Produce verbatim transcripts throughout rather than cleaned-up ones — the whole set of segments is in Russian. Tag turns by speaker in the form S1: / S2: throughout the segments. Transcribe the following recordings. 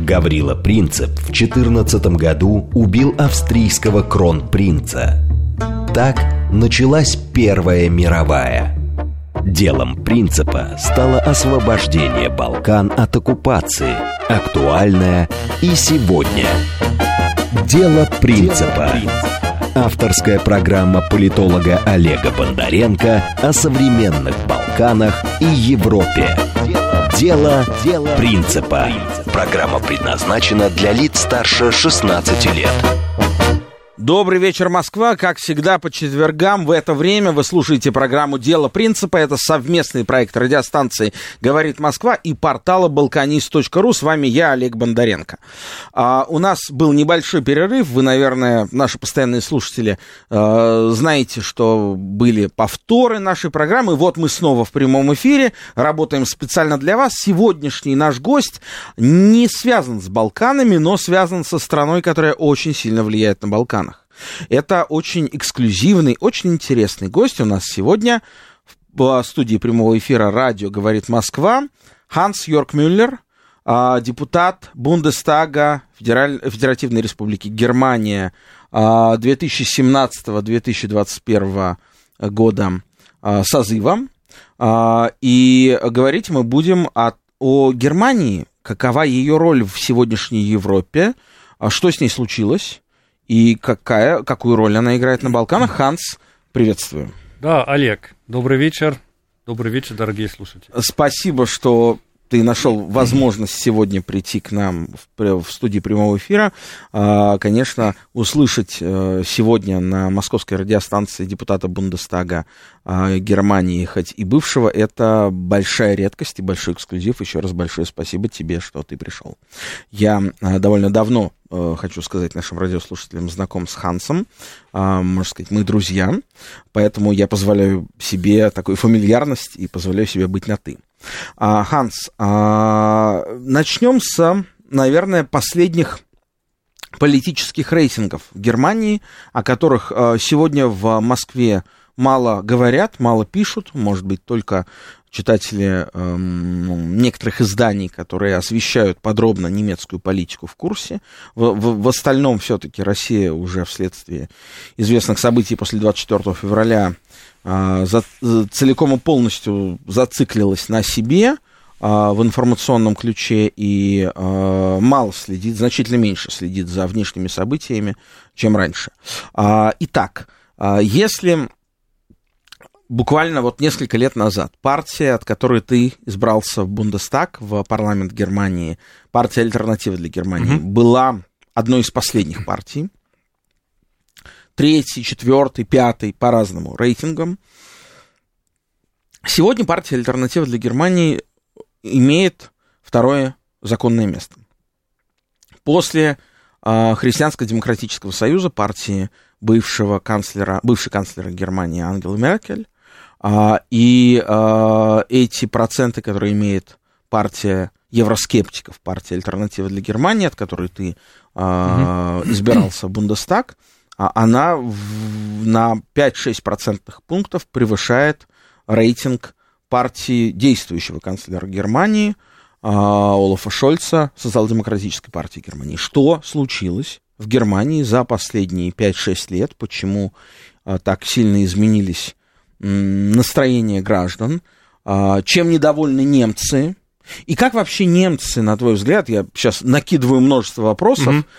S1: Гаврила Принцип в четырнадцатом году убил австрийского кронпринца. Так началась Первая мировая. Делом Принципа стало освобождение Балкан от оккупации, актуальное и сегодня. Дело Принципа. Авторская программа политолога Олега Бондаренко о современных Балканах и Европе. Дело, Дело Принципа. Программа предназначена для лиц старше шестнадцати лет.
S2: Добрый вечер, Москва. Как всегда, по четвергам в это время вы слушаете программу «Дело Принципа». Это совместный проект радиостанции «Говорит Москва» и портала балканист точка ру. С вами я, Олег Бондаренко. А, у нас был небольшой перерыв. Вы, наверное, наши постоянные слушатели, а, знаете, что были повторы нашей программы. Вот мы снова в прямом эфире. Работаем специально для вас. Сегодняшний наш гость не связан с Балканами, но связан со страной, которая очень сильно влияет на Балканы. Это очень эксклюзивный, очень интересный гость у нас сегодня в студии прямого эфира радио «Говорит Москва». Ханс-Йорг Мюллер, депутат Бундестага Федераль... Федеративной Республики Германия две тысячи семнадцатого — две тысячи двадцать первого года созыва. И говорить мы будем о, о Германии, какова ее роль в сегодняшней Европе, что с ней случилось. И какая, какую роль она играет на Балканах? Ханс, приветствую.
S3: Да, Олег, добрый вечер. Добрый вечер, дорогие слушатели.
S2: Спасибо, что ты нашел возможность сегодня прийти к нам в, в студии прямого эфира. А, конечно, услышать а, сегодня на московской радиостанции депутата Бундестага а, Германии, хоть и бывшего, это большая редкость и большой эксклюзив. Еще раз большое спасибо тебе, что ты пришел. Я а, довольно давно, а, хочу сказать нашим радиослушателям, знаком с Хансом. А, можно сказать, мы друзья, поэтому я позволяю себе такую фамильярность и позволяю себе быть на «ты». А, Ханс, а, начнем с, наверное, последних политических рейтингов в Германии, о которых а, сегодня в Москве мало говорят, мало пишут, может быть, только читатели э, некоторых изданий, которые освещают подробно немецкую политику, в курсе. В, в, в остальном все-таки Россия уже вследствие известных событий после двадцать четвёртого февраля э, за, целиком и полностью зациклилась на себе э, в информационном ключе и э, мало следит, значительно меньше следит за внешними событиями, чем раньше. Э, итак, э, если... Буквально вот несколько лет назад партия, от которой ты избрался в Бундестаг, в парламент Германии, партия «Альтернатива для Германии», mm-hmm. была одной из последних партий. Третий, четвертый, пятый, по-разному рейтингам. Сегодня партия «Альтернатива для Германии» имеет второе законное место. После э, Христианско-демократического союза, партии бывшего канцлера, бывшей канцлера Германии Ангелы Меркель, А, и а, эти проценты, которые имеет партия евроскептиков, партия «Альтернатива для Германии», от которой ты а, mm-hmm. избирался в Бундестаг, а, она в, на пять-шесть процентных пунктов превышает рейтинг партии действующего канцлера Германии а, Олафа Шольца, социал-демократической партии Германии. Что случилось в Германии за последние пять-шесть лет? Почему а, так сильно изменились настроение граждан, чем недовольны немцы, и как вообще немцы, на твой взгляд, я сейчас накидываю множество вопросов, mm-hmm.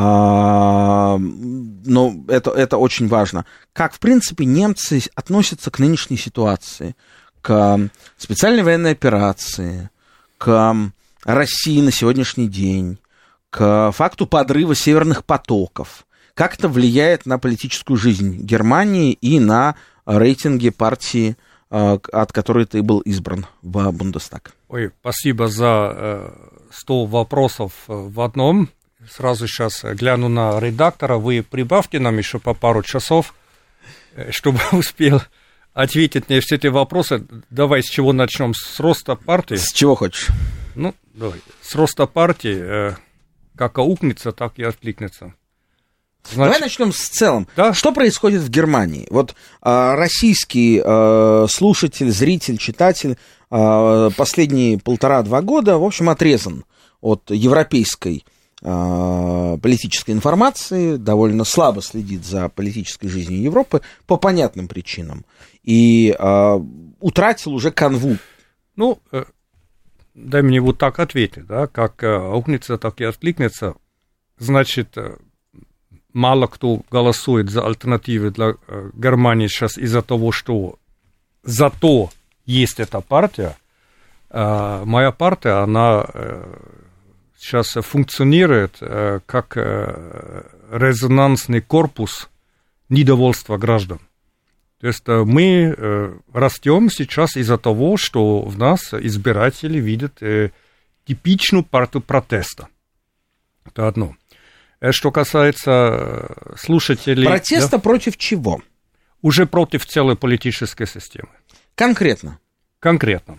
S2: а, но это, это очень важно, как, в принципе, немцы относятся к нынешней ситуации, к специальной военной операции, к России на сегодняшний день, к факту подрыва северных потоков, как это влияет на политическую жизнь Германии и на рейтинги партии, от которой ты был избран в Бундестаг.
S3: Ой, спасибо за сто вопросов в одном. Сразу сейчас гляну на редактора. Вы прибавьте нам еще по пару часов, чтобы успел ответить на все эти вопросы. Давай с чего начнем? С роста партии?
S2: С чего хочешь.
S3: Ну, давай. С роста партии, как аукнется, так и откликнется. Значит,
S2: давай начнем с целым.
S3: Да?
S2: Что происходит в Германии? Вот а, российский а, слушатель, зритель, читатель а, последние полтора-два года, в общем, отрезан от европейской э, политической информации, довольно слабо следит за политической жизнью Европы по понятным причинам, и э, утратил уже канву.
S3: Ну, э, дай мне вот так ответить, да, как э, аукнется, так и откликнется. Значит, э, мало кто голосует за альтернативы для э, Германии сейчас из-за того, что зато есть эта партия. Э, моя партия, она э, сейчас функционирует э, как э, резонансный корпус недовольства граждан. То есть э, мы э, растем сейчас из-за того, что в нас избиратели видят э, типичную партию протеста. Это одно. Что касается слушателей...
S2: Протеста
S3: да,
S2: против чего?
S3: Уже против целой политической системы.
S2: Конкретно?
S3: Конкретно.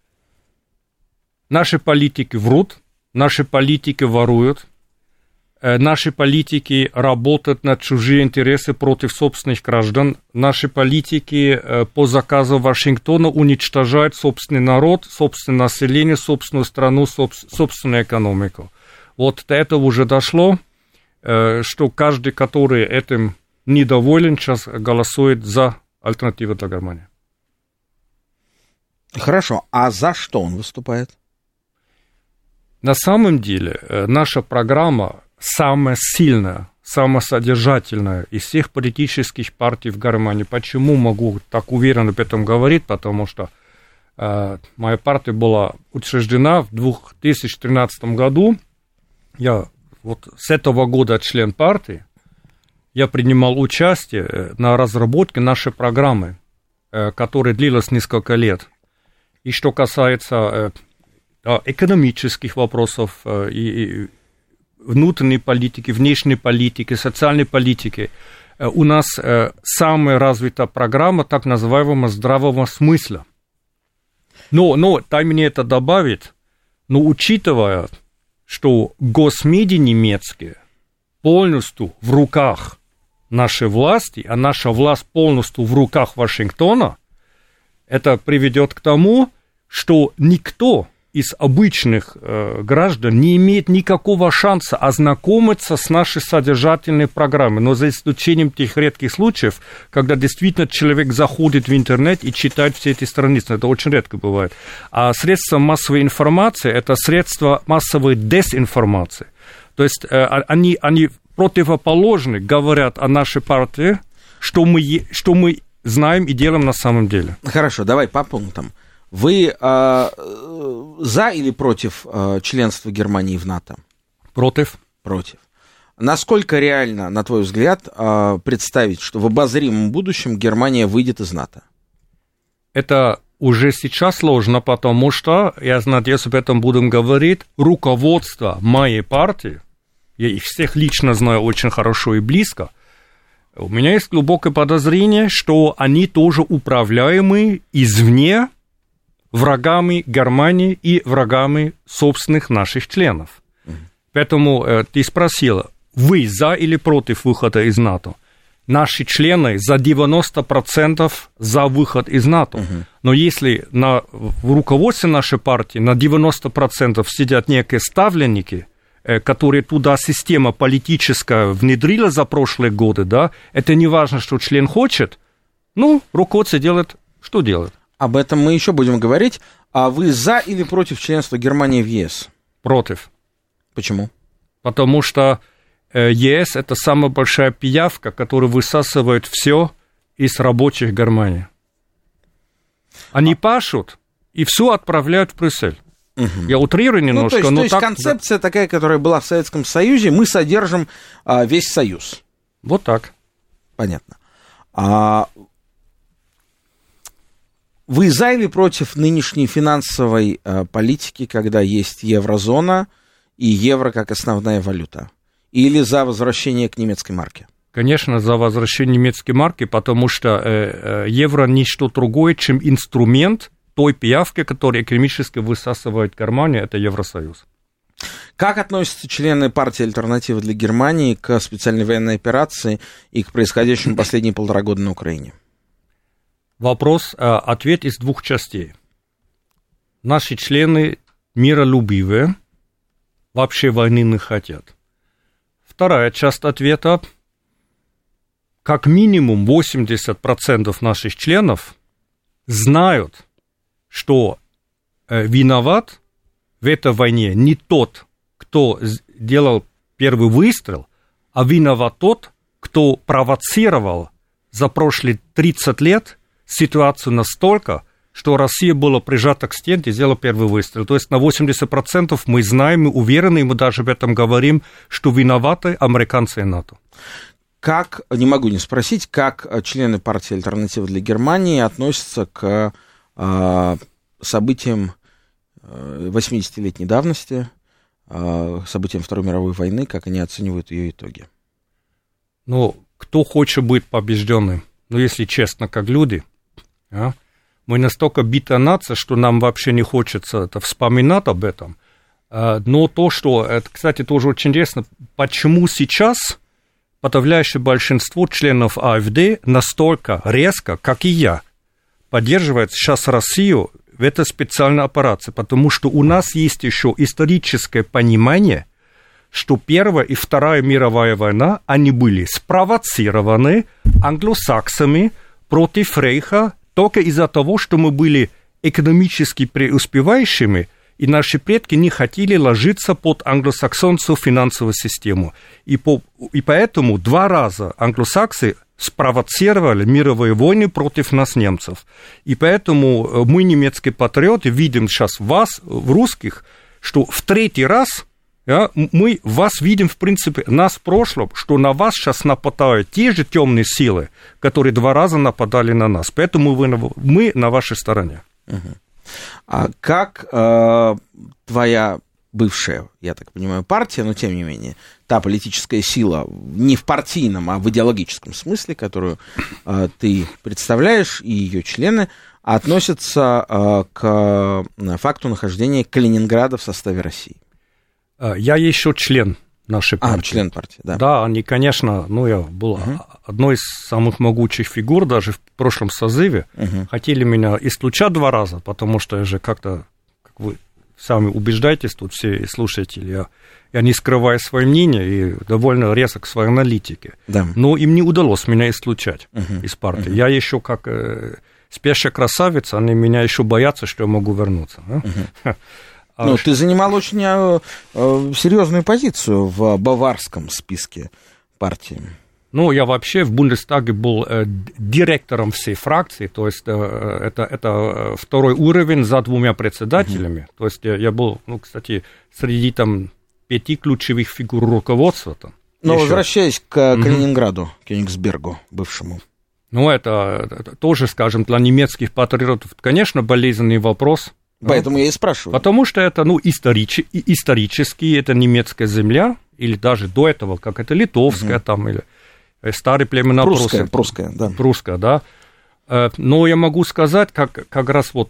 S3: Наши политики врут, наши политики воруют, наши политики работают на чужие интересы против собственных граждан, наши политики по заказу Вашингтона уничтожают собственный народ, собственное население, собственную страну, собственную экономику. Вот до этого уже дошло, что каждый, который этим недоволен, сейчас голосует за альтернативу для Германии.
S2: Хорошо, а за что он выступает?
S3: На самом деле, наша программа самая сильная, самая содержательная из всех политических партий в Германии. Почему могу так уверенно об этом говорить? Потому что э, моя партия была учреждена в две тысячи тринадцатом году. Я вот с этого года член партии. Я принимал участие на разработке нашей программы, э, которая длилась несколько лет. И что касается э, экономических вопросов э, и внутренней политики, внешней политики, социальной политики, у нас самая развитая программа так называемого здравого смысла. Но, но дай мне это добавить, но учитывая, что госмедиа немецкие полностью в руках нашей власти, а наша власть полностью в руках Вашингтона, это приведет к тому, что никто из обычных э, граждан не имеет никакого шанса ознакомиться с нашей содержательной программой, но за исключением тех редких случаев, когда действительно человек заходит в интернет и читает все эти страницы, это очень редко бывает. А средства массовой информации – это средства массовой дезинформации. То есть э, они, они противоположны, говорят о нашей партии, что мы, что мы знаем и делаем на самом деле.
S2: Хорошо, давай по пунктам. Вы э, за или против э, членства Германии в НАТО?
S3: Против.
S2: Против. Насколько реально, на твой взгляд, э, представить, что в обозримом будущем Германия выйдет из НАТО?
S3: Это уже сейчас сложно, потому что, я надеюсь, об этом будем говорить, руководство моей партии, я их всех лично знаю очень хорошо и близко, у меня есть глубокое подозрение, что они тоже управляемы извне врагами Германии и врагами собственных наших членов. Mm-hmm. Поэтому э, ты спросила, вы за или против выхода из НАТО? Наши члены за девяносто процентов за выход из НАТО. Mm-hmm. Но если на, в руководстве нашей партии на девяносто процентов сидят некие ставленники, э, которые туда система политическая внедрила за прошлые годы, да, это не важно, что член хочет, ну, руководство делает, что делает.
S2: Об этом мы еще будем говорить. А вы за или против членства Германии в ЕС?
S3: Против.
S2: Почему?
S3: Потому что ЕС – это самая большая пиявка, которая высасывает все из рабочих Германии. Они а... пашут и все отправляют в Брюссель. Угу. Я утрирую немножко,
S2: ну, то есть,
S3: но
S2: то есть
S3: так...
S2: концепция такая, которая была в Советском Союзе, мы содержим а, весь Союз.
S3: Вот так.
S2: Понятно. А... Вы за или против нынешней финансовой э, политики, когда есть еврозона и евро как основная валюта? Или за возвращение к немецкой марке?
S3: Конечно, за возвращение немецкой марки, потому что э, э, евро не что другое, чем инструмент той пиявки, которая экономически высасывает Германию, это Евросоюз.
S2: Как относятся члены партии «Альтернатива для Германии» к специальной военной операции и к происходящему последние полтора года на Украине?
S3: Вопрос, ответ из двух частей. Наши члены миролюбивые, вообще войны не хотят. Вторая часть ответа. Как минимум восемьдесят процентов наших членов знают, что э, виноват в этой войне не тот, кто делал первый выстрел, а виноват тот, кто провоцировал за прошлые тридцать лет ситуацию настолько, что Россия была прижата к стенке и сделала первый выстрел. То есть на восемьдесят процентов мы знаем, мы уверены, и мы даже об этом говорим, что виноваты американцы и НАТО.
S2: Как, не могу не спросить, как члены партии «Альтернатива для Германии» относятся к э, событиям восьмидесятилетней давности, э, событиям Второй мировой войны, как они оценивают ее итоги?
S3: Ну, кто хочет быть побежденным? Ну, если честно, как люди, а? Мы настолько битая нация, что нам вообще не хочется это вспоминать об этом. Но то, что, это, кстати, тоже очень интересно, почему сейчас подавляющее большинство членов АфД настолько резко, как и я, поддерживает сейчас Россию в этой специальной операции, потому что у нас есть еще историческое понимание, что Первая и Вторая мировая война, они были спровоцированы англосаксами против Рейха только из-за того, что мы были экономически преуспевающими, и наши предки не хотели ложиться под англосаксонцев финансовую систему. И, по, и поэтому два раза англосаксы спровоцировали мировые войны против нас, немцев. И поэтому мы, немецкие патриоты, видим сейчас вас, в русских, что в третий раз ja, мы вас видим, в принципе, нас в прошлом, что на вас сейчас нападают те же темные силы, которые два раза нападали на нас. Поэтому вы, мы на вашей стороне.
S2: Угу. А как э, твоя бывшая, я так понимаю, партия, но тем не менее, та политическая сила не в партийном, а в идеологическом смысле, которую э, ты представляешь, и ее члены, относятся э, к факту нахождения Калининграда в составе России?
S3: Я еще член нашей партии.
S2: А, член партии, да.
S3: Да, они, конечно, ну, я был угу. одной из самых могучих фигур даже в прошлом созыве. Угу. Хотели меня исключать два раза, потому что я же как-то, как вы сами убеждаетесь, тут все слушатели, я, я не скрываю свое мнение и довольно резок к своей аналитике. Да. Но им не удалось меня исключать угу. из партии. Угу. Я еще как э, спящая красавица, они меня еще боятся, что я могу вернуться. Угу.
S2: Ну, ты занимал очень э, э, серьезную позицию в баварском списке партии.
S3: Ну, я вообще в Бундестаге был э, директором всей фракции, то есть э, это, это второй уровень за двумя председателями. Uh-huh. То есть я, я был, ну, кстати, среди там пяти ключевых фигур руководства. Там,
S2: Но
S3: еще.
S2: Возвращаясь к uh-huh. Калининграду, Кёнигсбергу бывшему.
S3: Ну, это, это тоже, скажем, для немецких патриотов, конечно, болезненный вопрос.
S2: Поэтому я и спрашиваю.
S3: Потому что это, ну, историч, исторически, это немецкая земля, или даже до этого, как это литовская, угу. там, или старые племена
S2: прусская.
S3: Прусская,
S2: прусская, да.
S3: Прусская, да. Но я могу сказать, как, как раз вот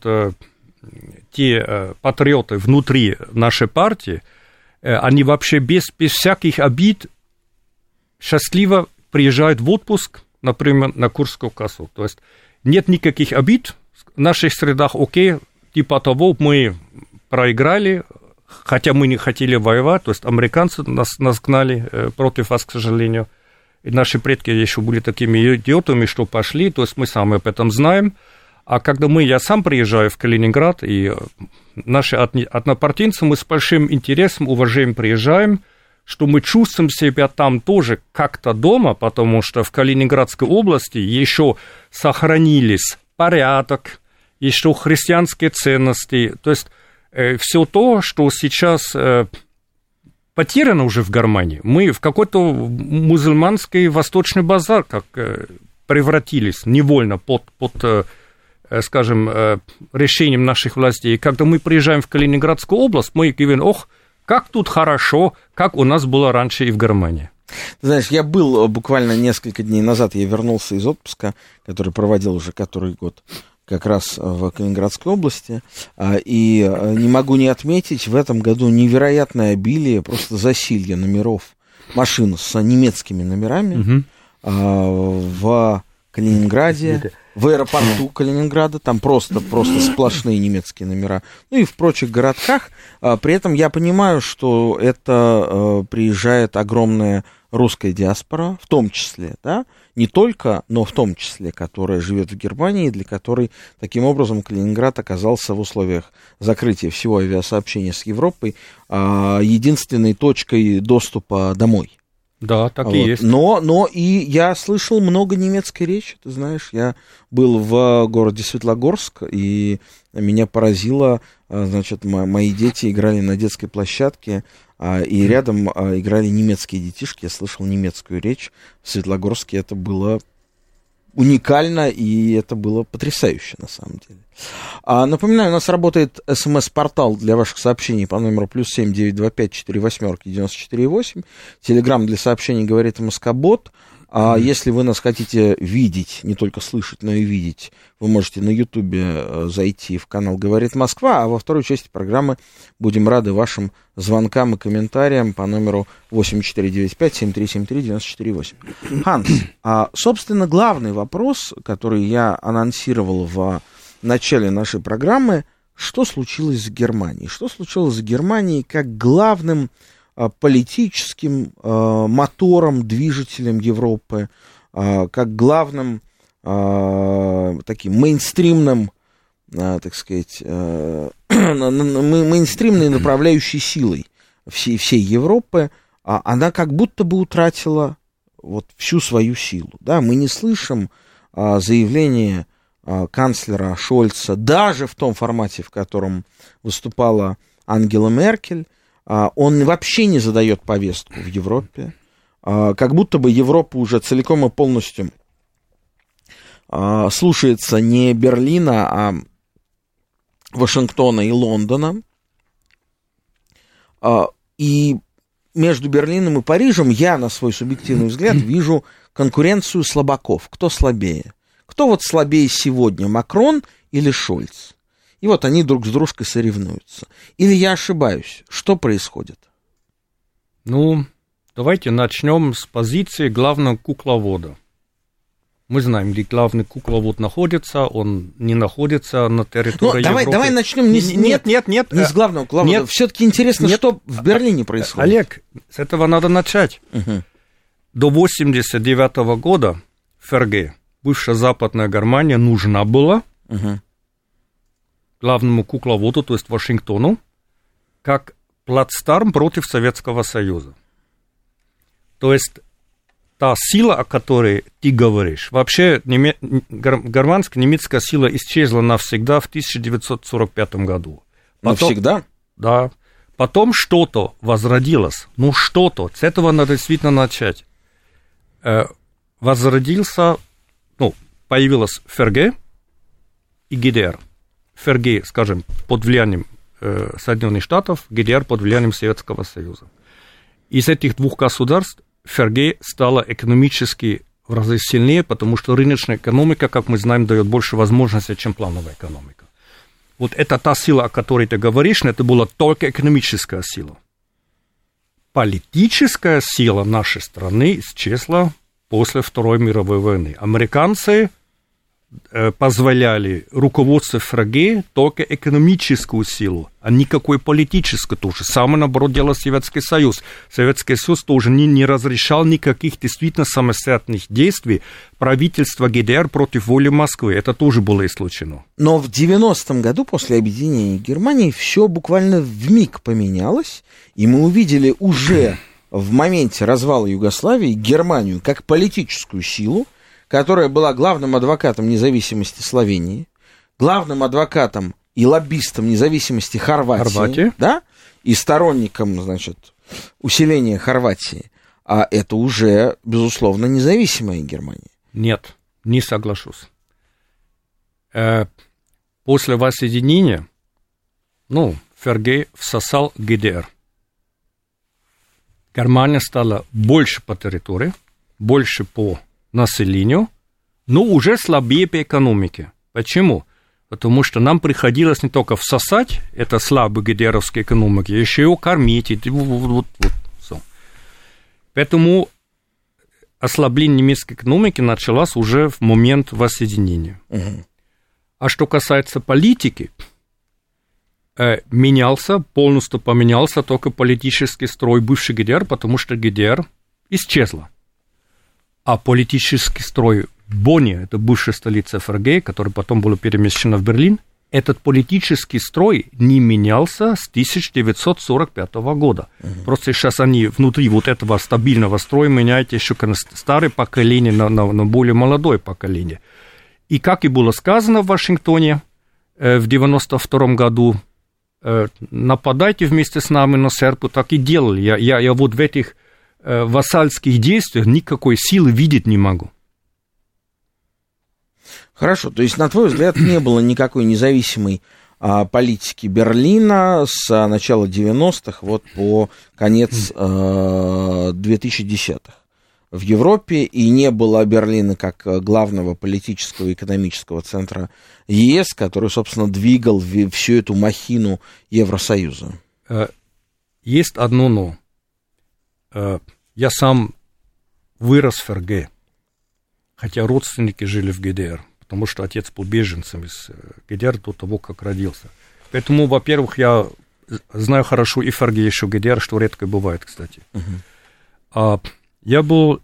S3: те патриоты внутри нашей партии, они вообще без, без всяких обид счастливо приезжают в отпуск, например, на Курскую косу. То есть нет никаких обид в наших средах, окей, типа того, мы проиграли, хотя мы не хотели воевать, то есть американцы нас, нас гнали э, против вас, к сожалению, и наши предки еще были такими идиотами, что пошли, то есть мы сами об этом знаем, а когда мы, я сам приезжаю в Калининград, и наши однопартийцы, мы с большим интересом, уважением приезжаем, что мы чувствуем себя там тоже как-то дома, потому что в Калининградской области еще сохранились порядок, еще христианские ценности, то есть э, все то, что сейчас э, потеряно уже в Германии, мы в какой-то мусульманский восточный базар как э, превратились невольно под, под э, скажем, э, решением наших властей. И когда мы приезжаем в Калининградскую область, мы говорим, ох, как тут хорошо, как у нас было раньше и в Германии.
S2: Ты знаешь, я был буквально несколько дней назад, я вернулся из отпуска, который проводил уже который год, как раз в Калининградской области, и не могу не отметить, в этом году невероятное обилие, просто засилье номеров машин с немецкими номерами угу. в Калининграде. в аэропорту Калининграда, там просто, просто сплошные немецкие номера, ну и в прочих городках. При этом я понимаю, что это приезжает огромная русская диаспора, в том числе, да, не только, но в том числе, которая живет в Германии, для которой таким образом Калининград оказался в условиях закрытия всего авиасообщения с Европой единственной точкой доступа домой.
S3: Да, так
S2: вот.
S3: и есть.
S2: Но, но и я слышал много немецкой речи, ты знаешь, я был в городе Светлогорск, и меня поразило, значит, мои дети играли на детской площадке, и рядом играли немецкие детишки, я слышал немецкую речь в Светлогорске, это было уникально, и это было потрясающе, на самом деле. А, напоминаю, у нас работает смс-портал для ваших сообщений по номеру плюс семь девятьсот двадцать пять сорок восемь девяносто четыре восемь. Телеграм для сообщений говорит МСК-бот. А если вы нас хотите видеть, не только слышать, но и видеть, вы можете на Ютубе зайти в канал «Говорит Москва», а во второй части программы будем рады вашим звонкам и комментариям по номеру восемь четыре девять пять семь три семь три девяносто четыре восемь. Ханс, а, собственно, главный вопрос, который я анонсировал в начале нашей программы, что случилось с Германией? Что случилось с Германией как главным политическим э, мотором, движителем Европы, э, как главным э, таким мейнстримным, э, так сказать, э, мейнстримной направляющей силой всей, всей Европы, а она как будто бы утратила вот всю свою силу. Да? Мы не слышим э, заявления э, канцлера Шольца даже в том формате, в котором выступала Ангела Меркель. Он вообще не задает повестку в Европе, как будто бы Европа уже целиком и полностью слушается не Берлина, а Вашингтона и Лондона. И между Берлином и Парижем я, на свой субъективный взгляд, вижу конкуренцию слабаков. Кто слабее? Кто вот слабее сегодня, Макрон или Шольц? И вот они друг с дружкой соревнуются. Или я ошибаюсь? Что происходит?
S3: Ну, давайте начнем с позиции главного кукловода. Мы знаем, где главный кукловод находится, он не находится на территории
S2: ну, давай,
S3: Европы.
S2: Давай начнем не,
S3: нет, нет, нет, нет,
S2: не с главного кукловода. Все-таки интересно,
S3: нет,
S2: что в Берлине происходит.
S3: Олег, с этого надо начать.
S2: Угу.
S3: До восемьдесят девятого года ФРГ, бывшая Западная Германия, нужна была
S2: угу.
S3: главному кукловоду, то есть Вашингтону, как плацдарм против Советского Союза. То есть та сила, о которой ты говоришь, вообще неме... германская, немецкая сила исчезла навсегда в тысяча девятьсот сорок пятом году.
S2: Потом... Навсегда?
S3: Да. Потом что-то возродилось. Ну, что-то. С этого надо действительно начать. Э, возродился, ну, появилась ФРГ и ГДР. ФРГ, скажем, под влиянием э, Соединенных Штатов, ГДР под влиянием Советского Союза. Из этих двух государств ФРГ стала экономически в разы сильнее, потому что рыночная экономика, как мы знаем, дает больше возможностей, чем плановая экономика. Вот это та сила, о которой ты говоришь, но это была только экономическая сила. Политическая сила нашей страны исчезла после Второй мировой войны. Американцы позволяли руководству ФРГ только экономическую силу, а никакой политической тоже. Самое, наоборот, делал Советский Союз. Советский Союз тоже не, не разрешал никаких действительно самостоятельных действий правительства ГДР против воли Москвы. Это тоже было исключено.
S2: Но в девяностом году, после объединения Германии, все буквально вмиг поменялось, и мы увидели уже в моменте развала Югославии Германию как политическую силу, которая была главным адвокатом независимости Словении, главным адвокатом и лоббистом независимости Хорватии,
S3: Хорватия.
S2: Да, и сторонником, значит, усиления Хорватии. А это уже, безусловно, независимая Германия.
S3: Нет, не соглашусь. После воссоединения, ну, ФРГ всосал ГДР. Германия стала больше по территории, больше по населению, но уже слабее по экономике. Почему? Потому что нам приходилось не только всосать это слабую ГДРовскую экономику, еще и кормить. И вот, вот, вот, все. Поэтому ослабление немецкой экономики началось уже в момент воссоединения. Угу. А что касается политики, э, менялся, полностью поменялся только политический строй бывшей ГДР, потому что ГДР исчезла. А политический строй Бонне, это бывшая столица ФРГ, которая потом была перемещена в Берлин, этот политический строй не менялся с тысяча девятьсот сорок пятого года. Uh-huh. Просто сейчас они внутри вот этого стабильного строя меняют еще старое поколение на, на, на более молодое поколение. И как и было сказано в Вашингтоне э, в девяносто втором году, э, нападайте вместе с нами на Сербию, так и делали. Я, я, я вот в этих э, вассальских действиях никакой силы видеть не могу.
S2: Хорошо, то есть, на твой взгляд, не было никакой независимой а, политики Берлина с а, начала девяностых вот по конец а, двухтысячных в Европе, и не было Берлина как главного политического и экономического центра ЕС, который, собственно, двигал всю эту махину Евросоюза.
S3: Есть одно но. Я сам вырос в ФРГ, хотя родственники жили в ГДР, потому что отец был беженцем из ГДР до того, как родился. Поэтому, во-первых, я знаю хорошо и ФРГ, еще ГДР, что редко бывает, кстати. Uh-huh. А, я был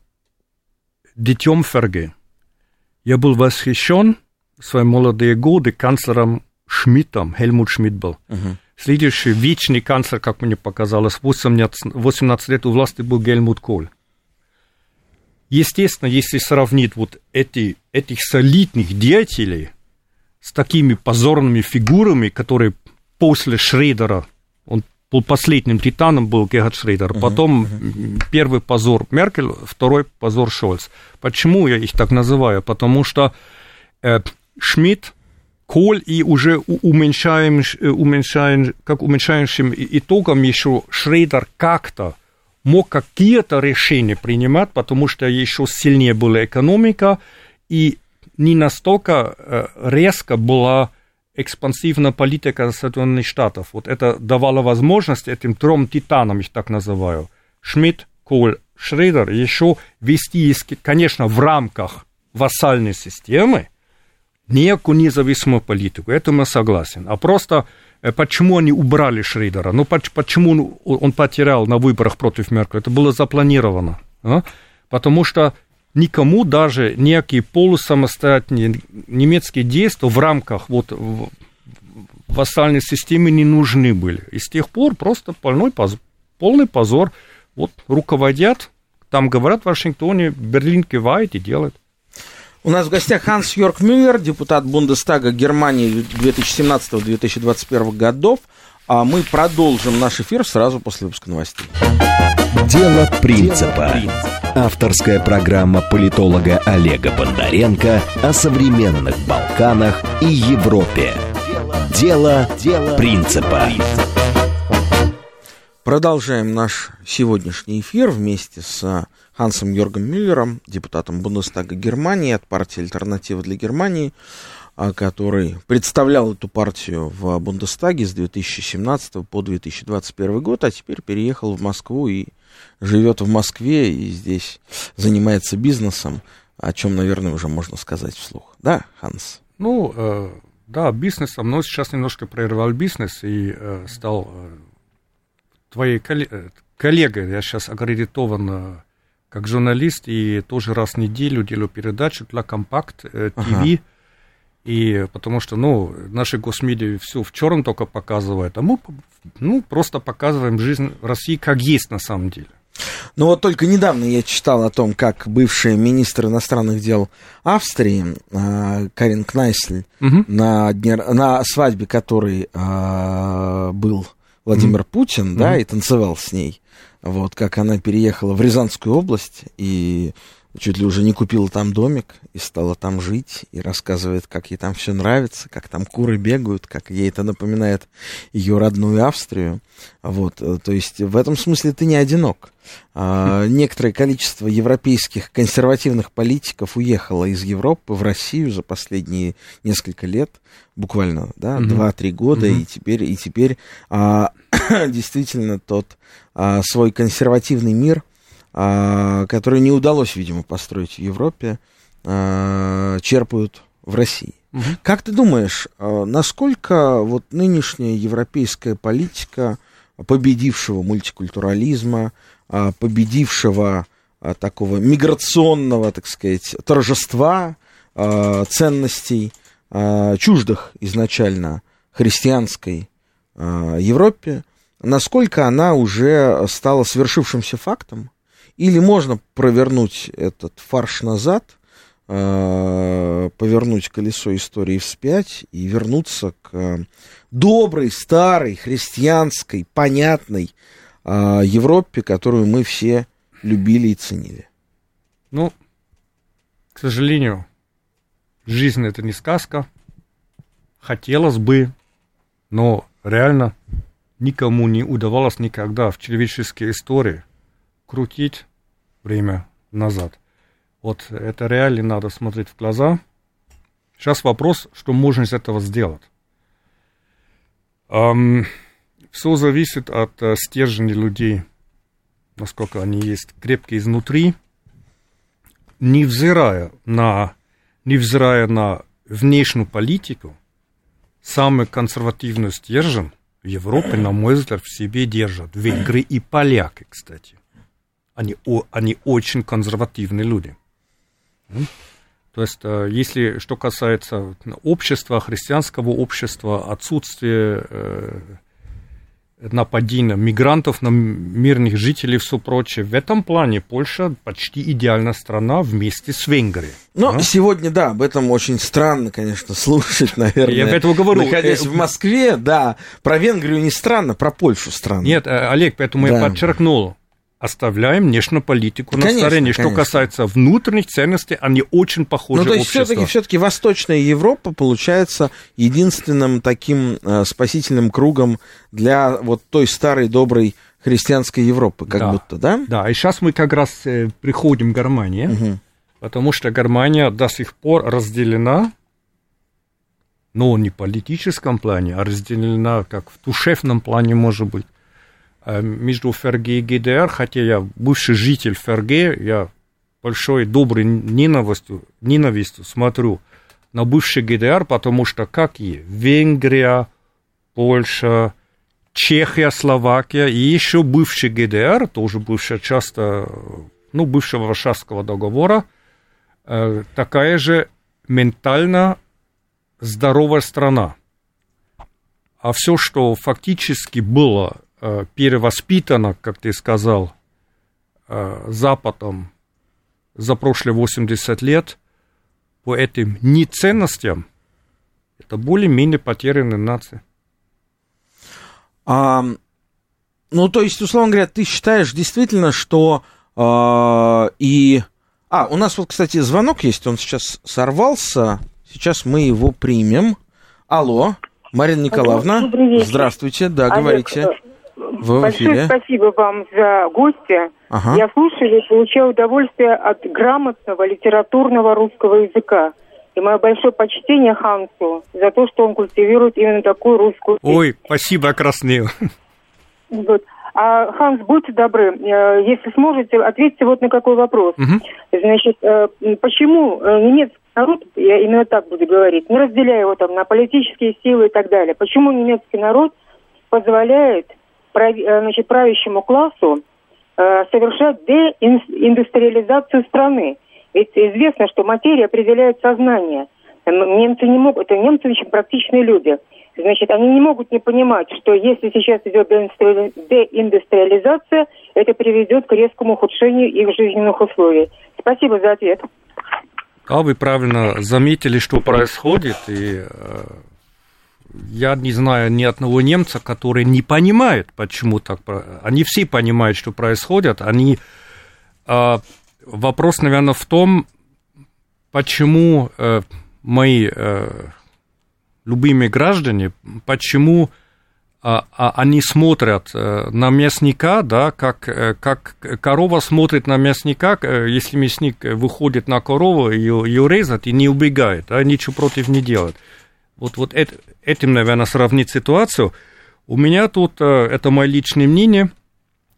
S3: детем ФРГ. Я был восхищен в свои молодые годы канцлером Шмидтом, Хельмут Шмидт был. Uh-huh. Следующий вечный канцлер, как мне показалось, восемнадцать лет у власти был Гельмут Коль. Естественно, если сравнить вот эти, этих солидных деятелей с такими позорными фигурами, которые после Шредера, он был последним титаном, был Герхард Шредер, uh-huh, потом uh-huh. первый позор Меркель, второй позор Шольц. Почему я их так называю? Потому что э, Шмидт, Коль и уже уменьшаем, уменьшаем, как уменьшающим итогом еще Шредер как-то мог какие-то решения принимать, потому что еще сильнее была экономика, и не настолько резко была экспансивная политика Соединенных Штатов. Вот это давало возможность этим трем титанам, их так называю, Шмидт, Коль, Шредер, еще вести, конечно, в рамках вассальной системы некую независимую политику. Это я согласен. А просто почему они убрали Шредера? Ну, почему он потерял на выборах против Меркель? Это было запланировано. А? Потому что никому даже некие полусамостоятельные немецкие действия в рамках вот вассальной системы не нужны были. И с тех пор просто полный позор. Полный позор. Вот руководят, там говорят в Вашингтоне, Берлин кивает и делает.
S2: У нас в гостях Ханс-Йорг Мюллер, депутат Бундестага Германии две тысячи семнадцатого — две тысячи двадцать первого годов. А мы продолжим наш эфир сразу после выпуска новостей.
S1: Дело принципа. Авторская программа политолога Олега Бондаренко о современных Балканах и Европе. Дело, Дело принципа.
S2: Продолжаем наш сегодняшний эфир вместе с Хансом Йоргом Мюллером, депутатом Бундестага Германии от партии «Альтернатива для Германии», который представлял эту партию в Бундестаге с две тысячи семнадцатого по две тысячи двадцать первый год, а теперь переехал в Москву и живет в Москве, и здесь занимается бизнесом, о чем, наверное, уже можно сказать вслух. Да, Ханс?
S3: Ну, э, да, бизнесом, но сейчас немножко прервал бизнес и э, стал э, твоей коллегой. Коллега, я сейчас аккредитован э, как журналист, и тоже раз в неделю делаю передачу для Компакт э, ТВ. Ага. И потому что, ну, наши госмедиа все в черном только показывают, а мы, ну, просто показываем жизнь России как есть на самом деле.
S2: Ну вот только недавно я читал о том, как бывший министр иностранных дел Австрии Карин Кнайсель, угу. на, дне, на свадьбе которой а, был Владимир угу. Путин, да, угу. и танцевал с ней, вот, как она переехала в Рязанскую область и чуть ли уже не купила там домик и стала там жить, и рассказывает, как ей там все нравится, как там куры бегают, как ей это напоминает ее родную Австрию. Вот, то есть в этом смысле ты не одинок. А, некоторое количество европейских консервативных политиков уехало из Европы в Россию за последние несколько лет, буквально, да, mm-hmm. два-три года, mm-hmm. и теперь, и теперь а, действительно тот а, свой консервативный мир которые не удалось, видимо, построить в Европе, черпают в России. Угу. Как ты думаешь, насколько вот нынешняя европейская политика победившего мультикультурализма, победившего такого миграционного, так сказать, торжества ценностей, чуждых изначально христианской Европе, насколько она уже стала свершившимся фактом? Или можно провернуть этот фарш назад, повернуть колесо истории вспять и вернуться к доброй, старой, христианской, понятной Европе, которую мы все любили и ценили?
S3: Ну, к сожалению, жизнь — это не сказка. Хотелось бы, но реально никому не удавалось никогда в человеческой истории крутить время назад. Вот это реально надо смотреть в глаза. Сейчас вопрос, что можно из этого сделать. Эм, все зависит от э, стержня людей, насколько они есть крепкие изнутри, невзирая на, невзирая на внешнюю политику. Самый консервативный стержень в Европе, на мой взгляд, в себе держат венгры и поляки, кстати. Они, о, они очень консервативные люди. То есть, если что касается общества, христианского общества, отсутствия э, нападения мигрантов на мирных жителей и все прочее, в этом плане Польша почти идеальная страна вместе с Венгрией.
S2: Ну,
S3: а?
S2: сегодня, да, об этом очень странно, конечно, слушать, наверное.
S3: Я поэтому говорю.
S2: Находясь в Москве, да, про Венгрию не странно, про Польшу странно.
S3: Нет, Олег, поэтому да. я подчеркнул. Оставляем внешнюю политику на
S2: конечно,
S3: стороне. Что
S2: конечно.
S3: касается внутренних ценностей, они очень похожи.
S2: Ну, то есть
S3: общества.
S2: все-таки, все-таки Восточная Европа получается единственным таким э, спасительным кругом для вот той старой доброй христианской Европы, как
S3: да.
S2: будто, да?
S3: Да, и сейчас мы как раз э, приходим к Германии, угу. потому что Германия до сих пор разделена, но не в политическом плане, а разделена как в душевном плане, может быть, между ФРГ и ГДР, хотя я бывший житель ФРГ, я большой доброй ненавистью, ненавистью смотрю на бывший ГДР, потому что как и Венгрия, Польша, Чехия, Словакия и еще бывший ГДР, тоже бывшая часть, ну, бывшего Варшавского договора, такая же ментально здоровая страна. А все, что фактически было перевоспитано, как ты сказал, Западом за прошлые восемьдесят лет по этим неценностям, это более-менее потерянные нации.
S2: А, ну, то есть, условно говоря, ты считаешь действительно, что а, и... А, у нас вот, кстати, звонок есть, он сейчас сорвался, сейчас мы его примем. Алло, Марина Николаевна, здравствуйте, да, Олег, говорите. Вы
S4: большое спасибо вам за гостя.
S2: Ага.
S4: Я слушаю и получаю удовольствие от грамотного литературного русского языка. И мое большое почтение Хансу за то, что он культивирует именно такую русскую...
S3: Ой, спасибо, я краснею.
S4: Вот. А, Ханс, будьте добры, если сможете, ответьте вот на какой вопрос.
S3: Угу.
S4: Значит, почему немецкий народ, я именно так буду говорить, не разделяя его там на политические силы и так далее, почему немецкий народ позволяет значит, правящему классу э, совершать деиндустриализацию страны? Ведь известно, что материя определяет сознание. Немцы не могут, это немцы очень практичные люди. Значит, они не могут не понимать, что если сейчас идет деиндустриализация, это приведет к резкому ухудшению их жизненных условий. Спасибо за ответ.
S3: А вы правильно заметили, что происходит, и э, я не знаю ни одного немца, который не понимает, почему так. Они все понимают, что происходит. Они, э, вопрос, наверное, в том, почему э, мои э, любимые граждане, почему э, они смотрят э, на мясника, да, как, э, как корова смотрит на мясника, э, если мясник выходит на корову, ее, ее резать и не убегает, да, ничего против не делает. Вот, вот это, этим, наверное, сравнить ситуацию. У меня тут, это мое личное мнение,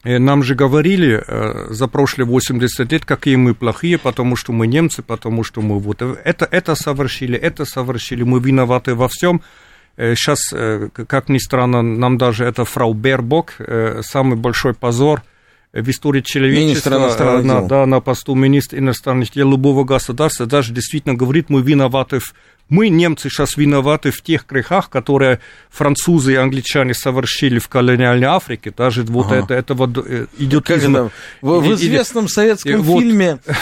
S3: Нам же говорили за прошлые восемьдесят лет, какие мы плохие, потому что мы немцы, потому что мы вот это, это совершили, это совершили, мы виноваты во всем. Сейчас, как ни странно, нам даже это фрау Бербок, самый большой позор в истории человечества, на, да, на посту министра иностранных дел любого государства, даже действительно говорит, мы виноваты в... Мы, немцы, сейчас виноваты в тех грехах, которые французы и англичане совершили в колониальной Африке. Даже вот ага. это, это вот идет...
S2: Как это? В, в известном советском и, фильме вот...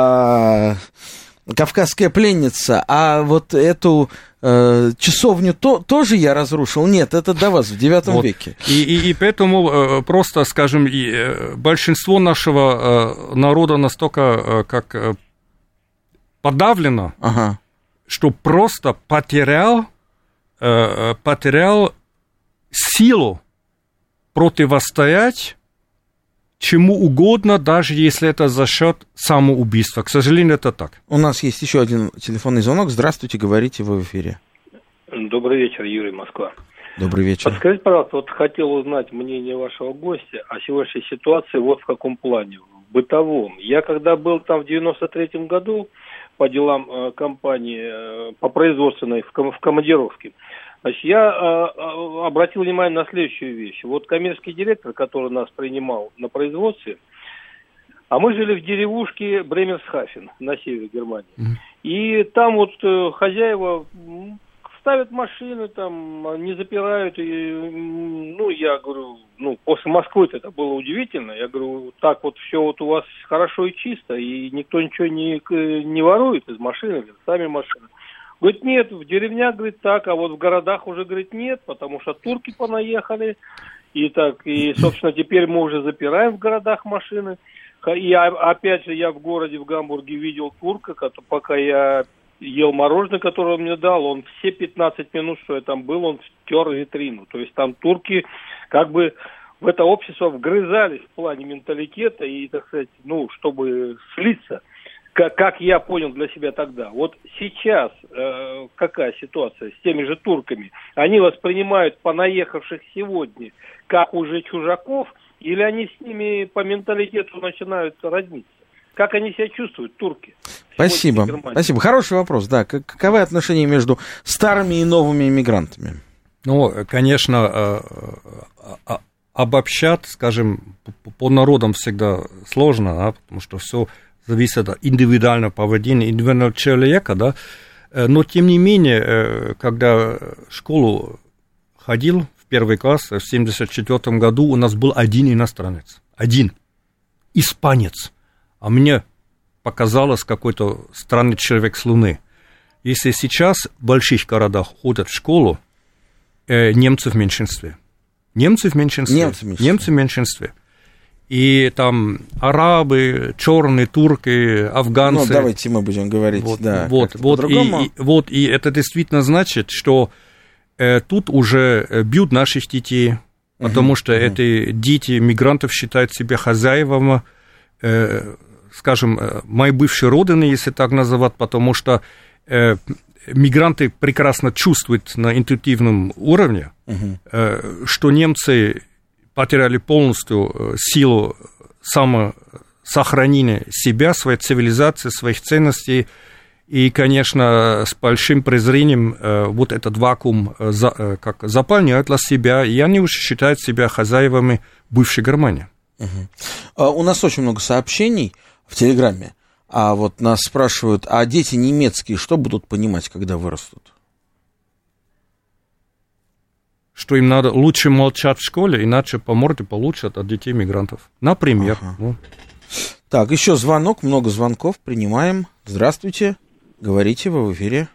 S2: а, «Кавказская пленница», а вот эту э, часовню то, тоже я разрушил? Нет, это до вас в девятом вот. веке.
S3: И, и, и поэтому э, просто, скажем, и, э, большинство нашего э, народа настолько э, как э, подавлено, ага. что просто потерял, э, потерял силу противостоять чему угодно, даже если это за счет самоубийства. К сожалению, это так.
S2: У нас есть еще один телефонный звонок. Здравствуйте, говорите, вы в эфире.
S5: Добрый вечер, Юрий, Москва.
S2: Добрый вечер.
S5: Подскажите, пожалуйста, вот хотел узнать мнение вашего гостя о сегодняшней ситуации вот в каком плане, в бытовом. Я когда был там в девяносто третьем году по делам э, компании, э, по производственной, в, ком- в командировке, значит, я э, обратил внимание на следующую вещь. Вот коммерческий директор, который нас принимал на производстве, а мы жили в деревушке Бремерсхафен на севере Германии. Mm-hmm. И там вот э, хозяева ставят машины, там, не запирают. И, ну, я говорю, ну, после Москвы это было удивительно. Я говорю, так вот все вот у вас хорошо и чисто, и никто ничего не, не ворует из машины, сами машины. Говорит, нет, в деревнях, говорит, так, а вот в городах уже, говорит, нет, потому что турки понаехали, и так, и, собственно, теперь мы уже запираем в городах машины. И опять же, я в городе, в Гамбурге видел турка, пока я ел мороженое, которое он мне дал, он все пятнадцать минут, что я там был, он стер витрину. То есть там турки как бы в это общество вгрызались в плане менталитета и, так сказать, ну, чтобы слиться. Как, как я понял для себя тогда. Вот сейчас э, какая ситуация с теми же турками? Они воспринимают понаехавших сегодня как уже чужаков, или они с ними по менталитету начинают разниться? Как они себя чувствуют, турки?
S2: Спасибо. Спасибо. Хороший вопрос, да. Каковы отношения между старыми и новыми иммигрантами?
S3: Ну, конечно, обобщать, скажем, по народам всегда сложно, да, потому что все зависит от индивидуального поведения, индивидуального человека, да, но тем не менее, когда в школу ходил в первый класс в семьдесят четвёртом году, у нас был один иностранец, один, испанец, а мне показалось какой-то странный человек с Луны. Если сейчас в больших городах ходят в школу, э, немцы в меньшинстве, немцы в меньшинстве,
S2: немцы в меньшинстве.
S3: Немцы в меньшинстве. И там арабы, черные, турки, афганцы.
S2: Ну, давайте мы будем говорить,
S3: вот,
S2: да.
S3: Вот, вот, и, и, вот, и это действительно значит, что э, тут уже бьют наших детей, uh-huh, потому что uh-huh. эти дети мигрантов считают себя хозяевами, э, скажем, моей бывшей родины, если так называть, потому что э, мигранты прекрасно чувствуют на интуитивном уровне, uh-huh. э, что немцы потеряли полностью силу самосохранения себя, своей цивилизации, своих ценностей, и, конечно, с большим презрением э, вот этот вакуум э, за, э, как заполняют для себя, и они уже считают себя хозяевами бывшей Германии.
S2: Uh-huh. Uh, у нас очень много сообщений в Телеграме, а вот нас спрашивают, а дети немецкие что будут понимать, когда вырастут?
S3: Что им надо лучше молчать в школе, иначе по морде получат от детей мигрантов. Например.
S2: Ага.
S3: Ну.
S2: Так, еще звонок, много звонков, принимаем. Здравствуйте, говорите, вы в эфире.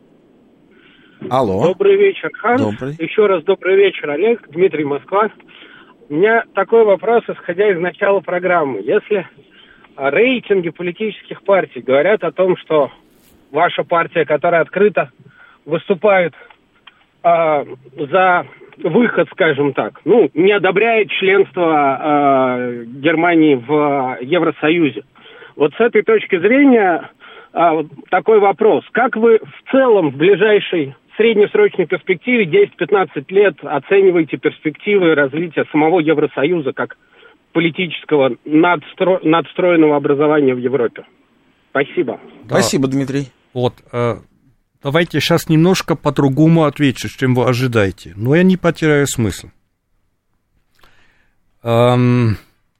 S2: Алло.
S6: Добрый вечер, Ханс.
S2: Добрый.
S6: Еще раз добрый вечер, Олег, Дмитрий, Москва. У меня такой вопрос, исходя из начала программы. Если рейтинги политических партий говорят о том, что ваша партия, которая открыто выступает а, за выход, скажем так, ну, не одобряет членство а, Германии в Евросоюзе. Вот с этой точки зрения а, такой вопрос. Как вы в целом в ближайшей среднесрочной перспективе десять-пятнадцать лет оцениваете перспективы развития самого Евросоюза как политического надстро... надстроенного образования в Европе. Спасибо.
S2: Да. Спасибо, Дмитрий.
S3: Вот, э, давайте сейчас немножко по-другому отвечу, чем вы ожидаете. Но я не потеряю смысл. Эм,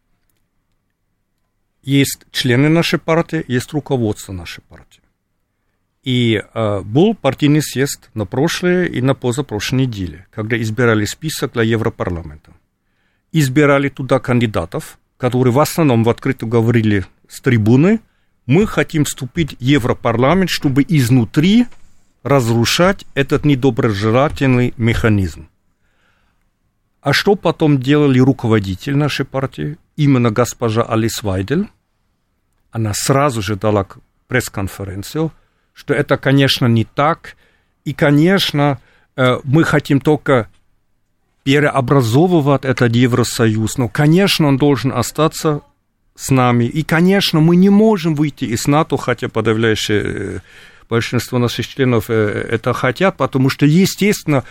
S3: есть члены нашей партии, есть руководство нашей партии. И э, был партийный съезд на прошлой и на позапрошлой неделе, когда избирали список для Европарламента. Избирали туда кандидатов, которые в основном в открытую говорили с трибуны: мы хотим вступить в Европарламент, чтобы изнутри разрушать этот недоброжелательный механизм. А что потом делали руководитель нашей партии, именно госпожа Алис Вайдель? Она сразу же дала пресс-конференцию, что это, конечно, не так, и, конечно, мы хотим только переобразовывать этот Евросоюз, но, конечно, он должен остаться с нами, и, конечно, мы не можем выйти из НАТО, хотя подавляющее большинство наших членов это хотят, потому что, естественно,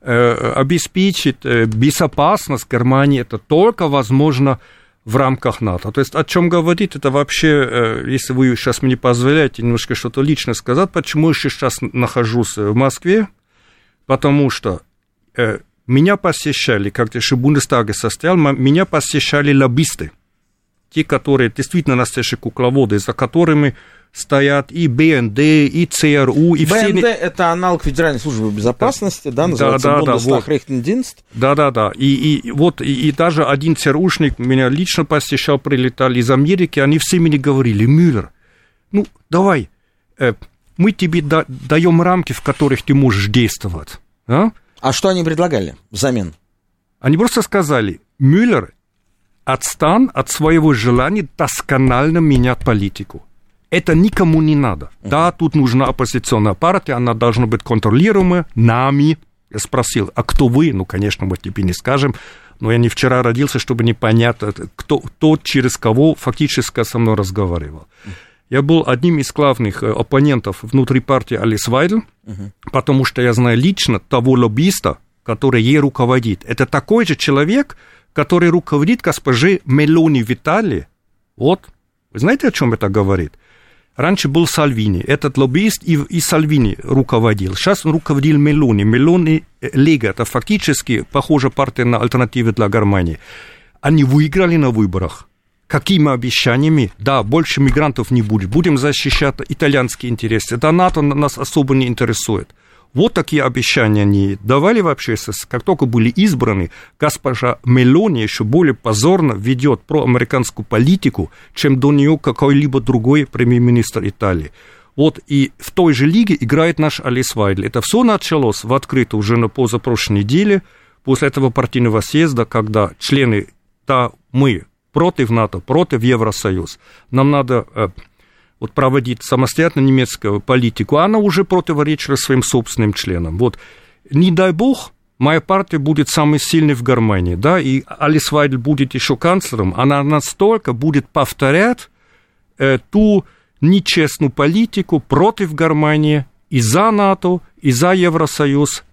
S3: обеспечить безопасность Германии это только возможно в рамках НАТО. То есть о чем говорить, это вообще, если вы сейчас мне позволяете немножко что-то личное сказать, почему я сейчас нахожусь в Москве, потому что э, меня посещали, как-то еще в Бундестаге состоял, меня посещали лоббисты, те, которые действительно настоящие кукловоды, за которыми стоят и БНД, и ЦРУ, и все...
S2: БНД — это аналог Федеральной службы безопасности, да, да, называется
S3: да,
S2: Бундестаг-Рейхтендинст.
S3: Да-да-да, и, и вот, и, и даже один ЦРУшник меня лично посещал, прилетали из Америки, они все мне говорили: Мюллер, ну, давай, э, мы тебе да, даем рамки, в которых ты можешь действовать. А?
S2: А что они предлагали взамен?
S3: Они просто сказали: Мюллер, отстань от своего желания досконально менять политику. Это никому не надо. Uh-huh. Да, тут нужна оппозиционная партия, она должна быть контролируемая нами. Я спросил: а кто вы? Ну, конечно, мы тебе не скажем, но я не вчера родился, чтобы не понять, кто, кто через кого фактически со мной разговаривал. Uh-huh. Я был одним из главных оппонентов внутри партии Алис Вайдель, uh-huh. потому что я знаю лично того лоббиста, который ей руководит. Это такой же человек, который руководит госпожей Мелони в Италии. Вот, вы знаете, о чем это говорит? Раньше был Сальвини, этот лоббист и, и Сальвини руководил. Сейчас он руководил Мелони. Мелони Лига, это фактически похожа партия на альтернативы для Германии. Они выиграли на выборах. Какими обещаниями? Да, больше мигрантов не будет. Будем защищать итальянские интересы. Да, НАТО нас особо не интересует. Вот такие обещания они давали вообще. Как только были избраны, госпожа Мелони еще более позорно ведет проамериканскую политику, чем до нее какой-либо другой премьер-министр Италии. Вот и в той же лиге играет наш Алис Вайдель. Это все началось в открытую уже на позапрошлой неделе, после этого партийного съезда, когда члены, да, мы против НАТО, против Евросоюза, нам надо... вот проводить самостоятельно немецкую политику, она уже противоречила своим собственным членам. Вот, не дай бог, моя партия будет самой сильной в Германии, да, и Алис Вайдель будет еще канцлером, она настолько будет повторять э, ту нечестную политику против Германии и за НАТО, и за Евросоюз,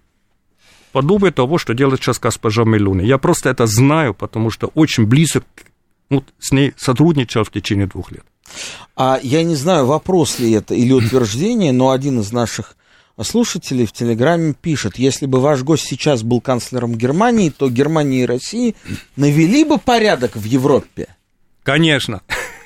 S3: подобие того, что делает сейчас госпожа Мелони. Я просто это знаю, потому что очень близок, вот, с ней сотрудничал в течение двух лет.
S2: А я не знаю, вопрос ли это или утверждение, но один из наших слушателей в Телеграме пишет: если бы ваш гость сейчас был канцлером Германии, то Германия и Россия навели бы порядок в Европе.
S3: Конечно.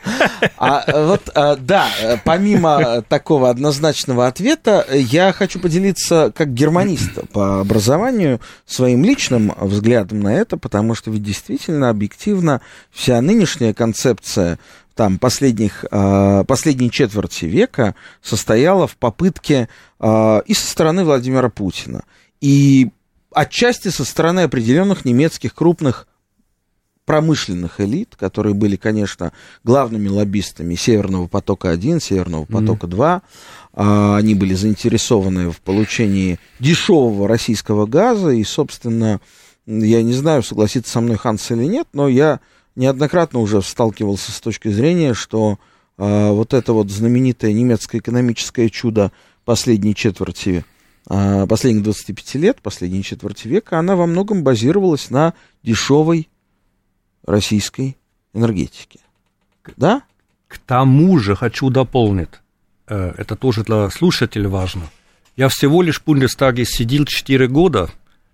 S2: А вот, да, помимо такого однозначного ответа, я хочу поделиться как германист по образованию своим личным взглядом на это, потому что ведь действительно, объективно, вся нынешняя концепция там, последних, последней четверти века состояла в попытке и со стороны Владимира Путина, и отчасти со стороны определенных немецких крупных промышленных элит, которые были, конечно, главными лоббистами Северного потока-один, Северного потока-два. Mm-hmm. Они были заинтересованы в получении дешевого российского газа, и, собственно, я не знаю, согласится со мной Ханс или нет, но я неоднократно уже сталкивался с точки зрения, что а, вот это вот знаменитое немецкое экономическое чудо последней четверти, а, последних двадцати пяти лет, последней четверти века, она во многом базировалась на дешевой российской энергетики. Да?
S3: К тому же хочу дополнить, это тоже для слушателей важно. Я всего лишь в Бундестаге сидел четыре года,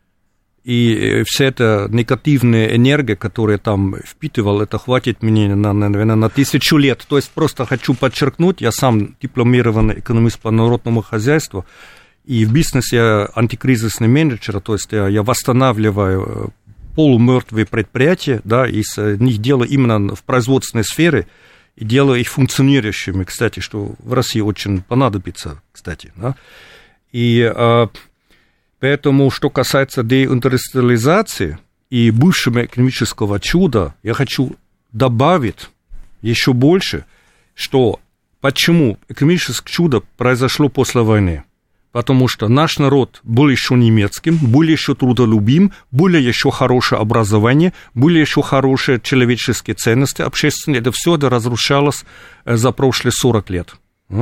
S3: и вся эта негативная энергия, которую я там впитывал, это хватит мне, на, наверное, на тысячу лет. То есть просто хочу подчеркнуть, я сам дипломированный экономист по народному хозяйству, и в бизнесе я антикризисный менеджер, то есть я, я восстанавливаю полумертвые предприятия, да, из них делаю именно в производственной сфере, и делаю их функционирующими, кстати, что в России очень понадобится, кстати, да. И а, поэтому, что касается деиндустриализации и бывшего экономического чуда, я хочу добавить еще больше, что почему экономическое чудо произошло после войны. Потому что наш народ был еще немецким, был еще трудолюбим, были еще хорошее образование, были еще хорошие человеческие ценности общественные. Это все это разрушалось за прошлые сорок лет.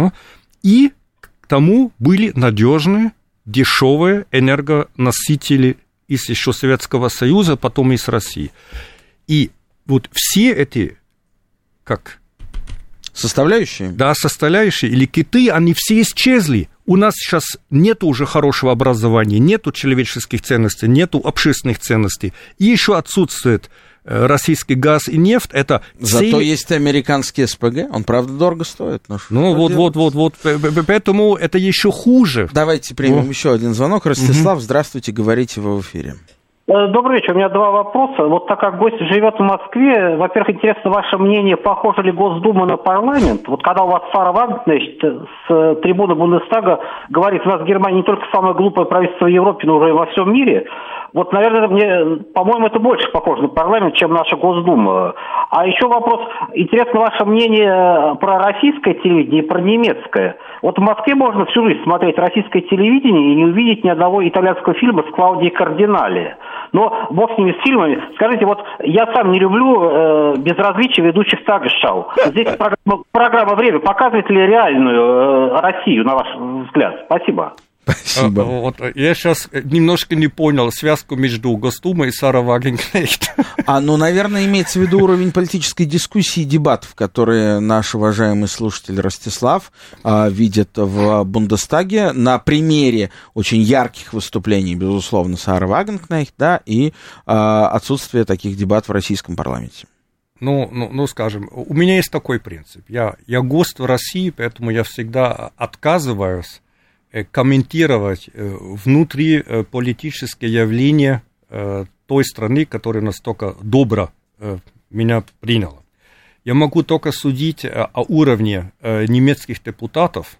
S3: И к тому были надежные, дешевые энергоносители из еще Советского Союза, потом из России. И вот все эти, как...
S2: Составляющие?
S3: Да, составляющие, или киты, они все исчезли. У нас сейчас нет уже хорошего образования, нету человеческих ценностей, нету общественных ценностей. И еще отсутствует российский газ и нефть. Это
S2: Зато
S3: цель...
S2: есть американский СПГ, он, правда, дорого стоит. Но
S3: ну, вот, вот, вот, вот, поэтому это еще хуже.
S2: Давайте примем
S3: ну.
S2: еще один звонок. Ростислав, угу. Здравствуйте, говорите, вы в эфире.
S7: Добрый вечер, у меня два вопроса. Вот так как гость живет в Москве, во-первых, интересно ваше мнение, похожа ли Госдума на парламент? Вот когда у вас Сара Вагнер с трибуны Бундестага говорит, у нас Германия не только самое глупое правительство в Европе, но уже и во всем мире. Вот, наверное, мне, по-моему, это больше похоже на парламент, чем наша Госдума. А еще вопрос, интересно ваше мнение про российское телевидение и про немецкое. Вот в Москве можно всю жизнь смотреть российское телевидение и не увидеть ни одного итальянского фильма с Клаудией Кардинали. Но бог с ними, с фильмами. Скажите, вот я сам не люблю э, безразличие ведущих таг-шоу. Здесь программа, программа «Время» показывает ли реальную э, Россию, на ваш взгляд? Спасибо.
S2: Спасибо.
S3: А, вот, я сейчас немножко не понял связку между Госдумой и Сарой Вагенкнехт.
S2: А, ну, наверное, имеется в виду уровень политической дискуссии и дебатов, которые наш уважаемый слушатель Ростислав а, видит в Бундестаге на примере очень ярких выступлений, безусловно, Сары Вагенкнехт, да, и а, отсутствие таких дебатов в российском парламенте.
S3: Ну, ну, ну, скажем, у меня есть такой принцип. Я, я гость в России, поэтому я всегда отказываюсь комментировать внутриполитические явления той страны, которая настолько добро меня приняла. Я могу только судить о уровне немецких депутатов.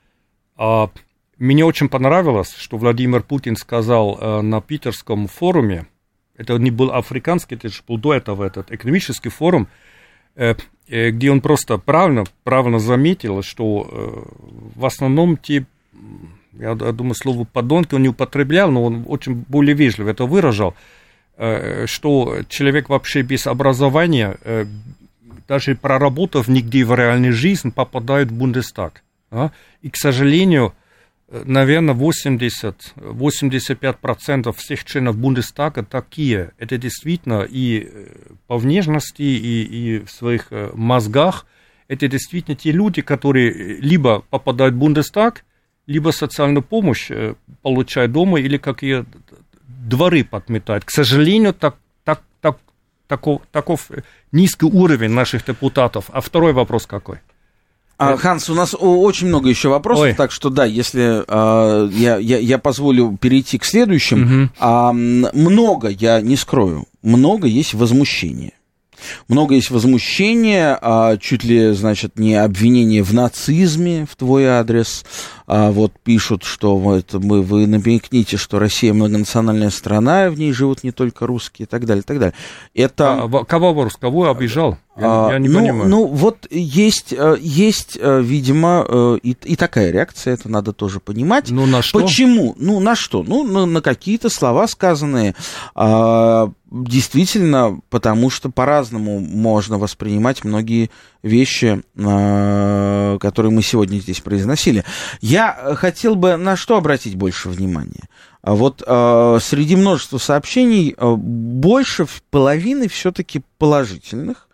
S3: Мне очень понравилось, что Владимир Путин сказал на Питерском форуме, это не был африканский, это был до этого этот экономический форум, где он просто правильно, правильно заметил, что в основном те, я думаю, слово «подонки» он не употреблял, но он очень более вежливо это выражал, что человек вообще без образования, даже проработав нигде в реальной жизни, попадает в Бундестаг. И, к сожалению, наверное, восемьдесят-восемьдесят пять процентов всех членов Бундестага такие. Это действительно и по внешности, и, и в своих мозгах. Это действительно те люди, которые либо попадают в Бундестаг, либо социальную помощь получают дома, или какие дворы подметают. К сожалению, так, так, так, таков, таков низкий уровень наших депутатов. А второй вопрос какой?
S2: А, Ханс, у нас очень много еще вопросов, Ой. так что да, если а, я, я, я позволю перейти к следующим. Угу. А, много, я не скрою, много есть возмущения. Много есть возмущения, а, чуть ли, значит, не обвинение в нацизме в твой адрес. А, вот пишут, что вот, вы, вы намекните, что Россия многонациональная страна, в ней живут не только русские и так далее, и так далее. Это...
S3: А, кого Борус, кого обижал? Я,
S2: а,
S3: я не
S2: ну,
S3: понимаю.
S2: Ну, вот есть, есть видимо, и, и такая реакция, это надо тоже понимать.
S3: Ну, на что?
S2: Почему? Ну, на что? Ну, на, на какие-то слова, сказанные... А, действительно, потому что по-разному можно воспринимать многие вещи, которые мы сегодня здесь произносили. Я хотел бы на что обратить больше внимания. Вот среди множества сообщений больше половины все-таки положительных.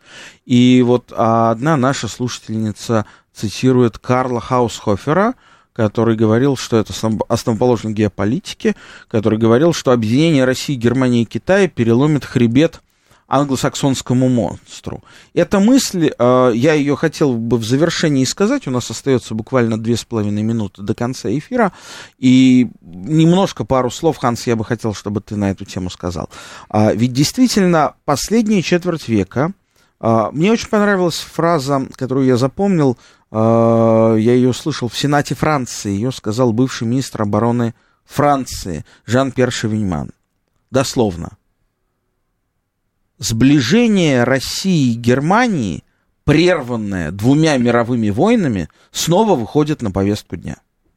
S2: И вот одна наша слушательница цитирует Карла Хаусхофера, который говорил, что это основоположник геополитики, который говорил, что объединение России, Германии и Китая переломит хребет англосаксонскому монстру. Эта мысль, я ее хотел бы в завершении сказать, у нас остается буквально две с половиной минуты до конца эфира, и немножко, пару слов, Ханс, я бы хотел, чтобы ты на эту тему сказал. Ведь действительно, последние четверть века, мне очень понравилась фраза, которую я запомнил, я ее услышал в Сенате Франции, ее сказал бывший министр обороны Франции Жан-Пьер Шевиньман. Дословно. Сближение России и Германии, прерванное двумя мировыми войнами, снова выходит на повестку дня.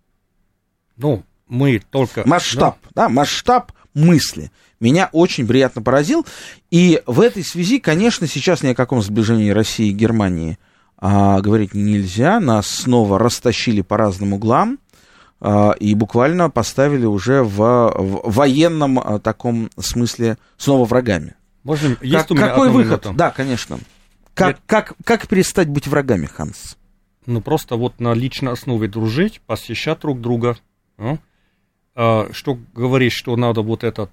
S3: Ну, мы только...
S2: Масштаб, да, да масштаб мысли меня очень приятно поразил. И в этой связи, конечно, сейчас ни о каком сближении России и Германии а, говорить нельзя. Нас снова растащили по разным углам а, и буквально поставили уже в, в военном а, таком смысле снова врагами.
S3: Можем, есть
S2: как,
S3: у меня
S2: какой выход?
S3: Минуту?
S2: Да, конечно. Как,
S3: Я...
S2: как, как перестать быть врагами, Ханс?
S3: Ну, просто вот на личной основе дружить, посещать друг друга. А? А, что говорить, что надо вот этот,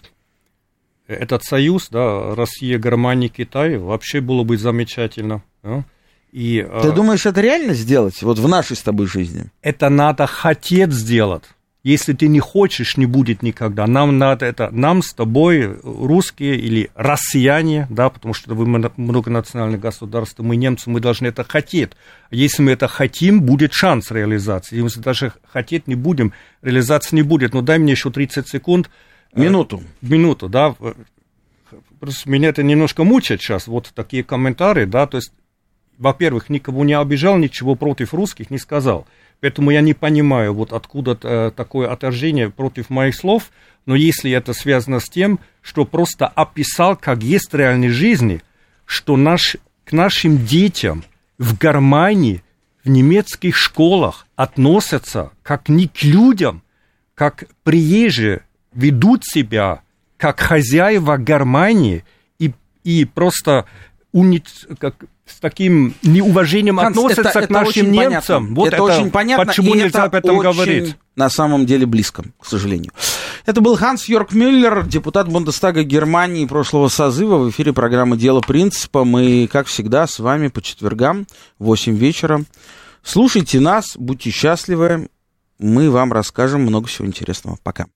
S3: этот союз, да, Россия, Германия, Китай, вообще было бы замечательно. А? И,
S2: Ты
S3: а...
S2: думаешь, это реально сделать вот в нашей с тобой жизни?
S3: Это надо хотеть сделать. Если ты не хочешь, не будет никогда. Нам надо это, нам с тобой, русские или россияне, да, потому что вы многонациональное государство, мы немцы, мы должны это хотеть. Если мы это хотим, будет шанс реализации. Если даже хотеть не будем, реализации не будет. Но дай мне еще тридцать секунд.
S2: Минуту.
S3: Минуту, да. Просто меня это немножко мучает сейчас, вот такие комментарии, да, то есть, во-первых, никого не обижал, ничего против русских не сказал. Поэтому я не понимаю, вот откуда э, такое отторжение против моих слов, но если это связано с тем, что просто описал, как есть в реальной жизни, что наш, к нашим детям в Германии, в немецких школах относятся как не к людям, как приезжие, ведут себя как хозяева Германии и, и просто уни... как... с таким неуважением
S2: Ханс,
S3: относятся
S2: это,
S3: к
S2: это
S3: нашим немцам.
S2: Понятно.
S3: Вот
S2: это,
S3: это
S2: очень понятно.
S3: Почему
S2: и
S3: нельзя
S2: это
S3: об этом
S2: очень,
S3: говорить?
S2: На самом деле близко, к сожалению. Это был Ханс-Йорг Мюллер, депутат Бундестага Германии прошлого созыва. В эфире программы «Дело принципа». Мы, как всегда, с вами по четвергам в восемь вечера. Слушайте нас, будьте счастливы. Мы вам расскажем много всего интересного. Пока.